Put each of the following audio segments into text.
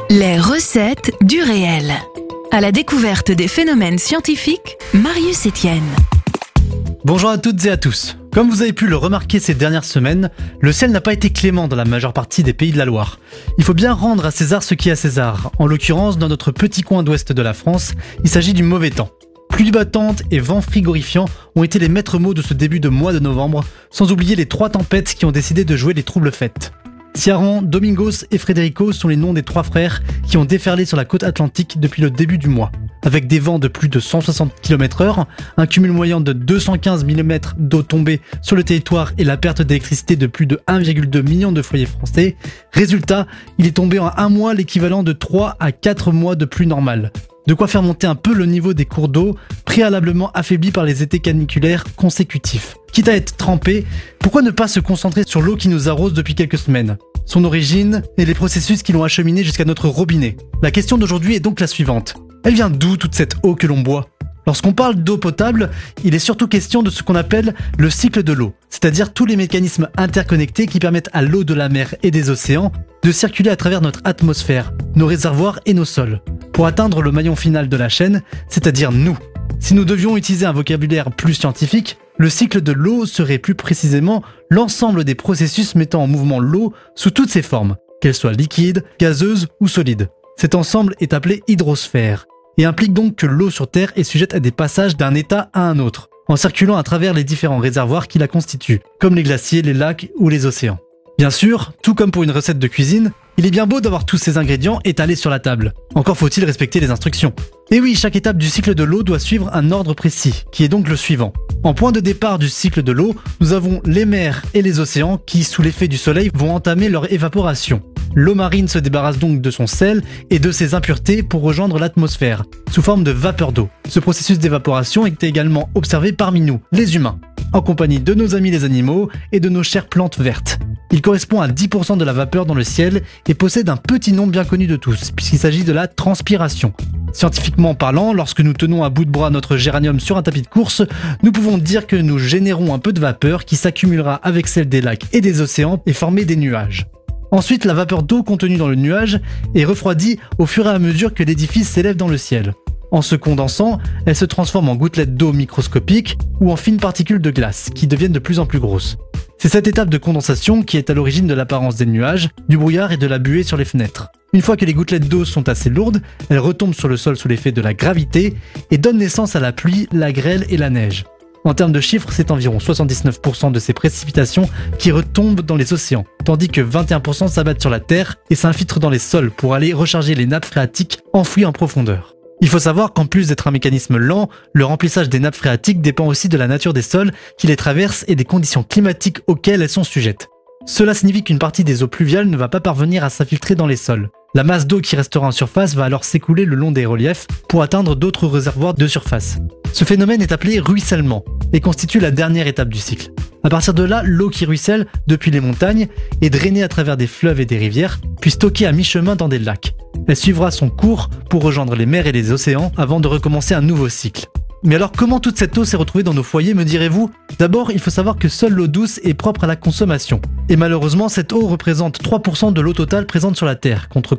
Les recettes du réel. À la découverte des phénomènes scientifiques, Marius Etienne. Bonjour à toutes et à tous. Comme vous avez pu le remarquer ces dernières semaines, le ciel n'a pas été clément dans la majeure partie des pays de la Loire. Il faut bien rendre à César ce qui est à César. En l'occurrence, dans notre petit coin d'ouest de la France, il s'agit du mauvais temps. Pluie battante et vent frigorifiant ont été les maîtres mots de ce début de mois de novembre, sans oublier les 3 tempêtes qui ont décidé de jouer les troubles fêtes. Ciaran, Domingos et Federico sont les noms des 3 frères qui ont déferlé sur la côte atlantique depuis le début du mois. Avec des vents de plus de 160 km/h, un cumul moyen de 215 mm d'eau tombée sur le territoire et la perte d'électricité de plus de 1,2 million de foyers français, résultat, il est tombé en un mois l'équivalent de 3 à 4 mois de pluie normale. De quoi faire monter un peu le niveau des cours d'eau, préalablement affaiblis par les étés caniculaires consécutifs. Quitte à être trempé, pourquoi ne pas se concentrer sur l'eau qui nous arrose depuis quelques semaines, son origine et les processus qui l'ont acheminée jusqu'à notre robinet. La question d'aujourd'hui est donc la suivante. Elle vient d'où toute cette eau que l'on boit ? Lorsqu'on parle d'eau potable, il est surtout question de ce qu'on appelle le cycle de l'eau, c'est-à-dire tous les mécanismes interconnectés qui permettent à l'eau de la mer et des océans de circuler à travers notre atmosphère, nos réservoirs et nos sols, pour atteindre le maillon final de la chaîne, c'est-à-dire nous. Si nous devions utiliser un vocabulaire plus scientifique, le cycle de l'eau serait plus précisément l'ensemble des processus mettant en mouvement l'eau sous toutes ses formes, qu'elle soit liquide, gazeuse ou solide. Cet ensemble est appelé hydrosphère et implique donc que l'eau sur Terre est sujette à des passages d'un état à un autre, en circulant à travers les différents réservoirs qui la constituent, comme les glaciers, les lacs ou les océans. Bien sûr, tout comme pour une recette de cuisine, il est bien beau d'avoir tous ces ingrédients étalés sur la table. Encore faut-il respecter les instructions. Et oui, chaque étape du cycle de l'eau doit suivre un ordre précis, qui est donc le suivant. En point de départ du cycle de l'eau, nous avons les mers et les océans qui, sous l'effet du soleil, vont entamer leur évaporation. L'eau marine se débarrasse donc de son sel et de ses impuretés pour rejoindre l'atmosphère, sous forme de vapeur d'eau. Ce processus d'évaporation est également observé parmi nous, les humains, en compagnie de nos amis les animaux et de nos chères plantes vertes. Il correspond à 10% de la vapeur dans le ciel et possède un petit nom bien connu de tous, puisqu'il s'agit de la transpiration. Scientifiquement parlant, lorsque nous tenons à bout de bras notre géranium sur un tapis de course, nous pouvons dire que nous générons un peu de vapeur qui s'accumulera avec celle des lacs et des océans et former des nuages. Ensuite, la vapeur d'eau contenue dans le nuage est refroidie au fur et à mesure que l'édifice s'élève dans le ciel. En se condensant, elle se transforme en gouttelettes d'eau microscopiques ou en fines particules de glace qui deviennent de plus en plus grosses. C'est cette étape de condensation qui est à l'origine de l'apparence des nuages, du brouillard et de la buée sur les fenêtres. Une fois que les gouttelettes d'eau sont assez lourdes, elles retombent sur le sol sous l'effet de la gravité et donnent naissance à la pluie, la grêle et la neige. En termes de chiffres, c'est environ 79% de ces précipitations qui retombent dans les océans, tandis que 21% s'abattent sur la terre et s'infiltrent dans les sols pour aller recharger les nappes phréatiques enfouies en profondeur. Il faut savoir qu'en plus d'être un mécanisme lent, le remplissage des nappes phréatiques dépend aussi de la nature des sols qui les traversent et des conditions climatiques auxquelles elles sont sujettes. Cela signifie qu'une partie des eaux pluviales ne va pas parvenir à s'infiltrer dans les sols. La masse d'eau qui restera en surface va alors s'écouler le long des reliefs pour atteindre d'autres réservoirs de surface. Ce phénomène est appelé ruissellement et constitue la dernière étape du cycle. À partir de là, l'eau qui ruisselle depuis les montagnes est drainée à travers des fleuves et des rivières, puis stockée à mi-chemin dans des lacs. Elle suivra son cours pour rejoindre les mers et les océans avant de recommencer un nouveau cycle. Mais alors comment toute cette eau s'est retrouvée dans nos foyers, me direz-vous ? D'abord, il faut savoir que seule l'eau douce est propre à la consommation. Et malheureusement, cette eau représente 3% de l'eau totale présente sur la Terre, contre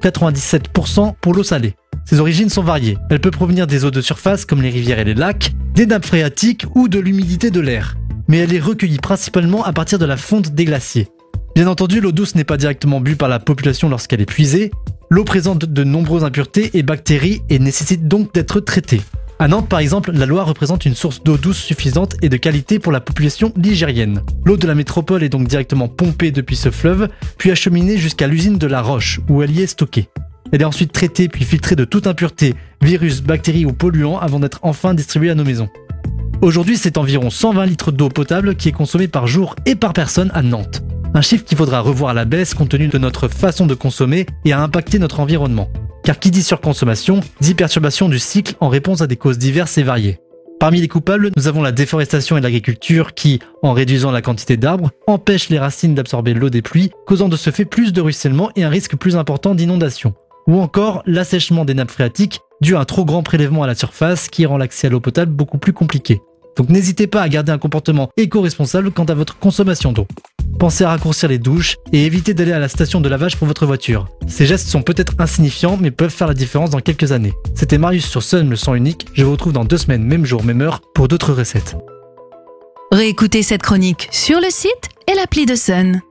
97% pour l'eau salée. Ses origines sont variées. Elle peut provenir des eaux de surface comme les rivières et les lacs, des nappes phréatiques ou de l'humidité de l'air. Mais elle est recueillie principalement à partir de la fonte des glaciers. Bien entendu, l'eau douce n'est pas directement bue par la population lorsqu'elle est puisée. L'eau présente de nombreuses impuretés et bactéries et nécessite donc d'être traitée. À Nantes, par exemple, la Loire représente une source d'eau douce suffisante et de qualité pour la population ligérienne. L'eau de la métropole est donc directement pompée depuis ce fleuve, puis acheminée jusqu'à l'usine de La Roche, où elle y est stockée. Elle est ensuite traitée puis filtrée de toute impureté, virus, bactéries ou polluants avant d'être enfin distribuée à nos maisons. Aujourd'hui, c'est environ 120 litres d'eau potable qui est consommée par jour et par personne à Nantes. Un chiffre qu'il faudra revoir à la baisse compte tenu de notre façon de consommer et à impacter notre environnement. Car qui dit surconsommation, dit perturbation du cycle en réponse à des causes diverses et variées. Parmi les coupables, nous avons la déforestation et l'agriculture qui, en réduisant la quantité d'arbres, empêchent les racines d'absorber l'eau des pluies, causant de ce fait plus de ruissellement et un risque plus important d'inondation. Ou encore l'assèchement des nappes phréatiques dû à un trop grand prélèvement à la surface qui rend l'accès à l'eau potable beaucoup plus compliqué. Donc n'hésitez pas à garder un comportement éco-responsable quant à votre consommation d'eau. Pensez à raccourcir les douches et évitez d'aller à la station de lavage pour votre voiture. Ces gestes sont peut-être insignifiants mais peuvent faire la différence dans quelques années. C'était Marius sur Sun, le son unique. Je vous retrouve dans 2 semaines, même jour, même heure, pour d'autres recettes. Réécoutez cette chronique sur le site et l'appli de Sun.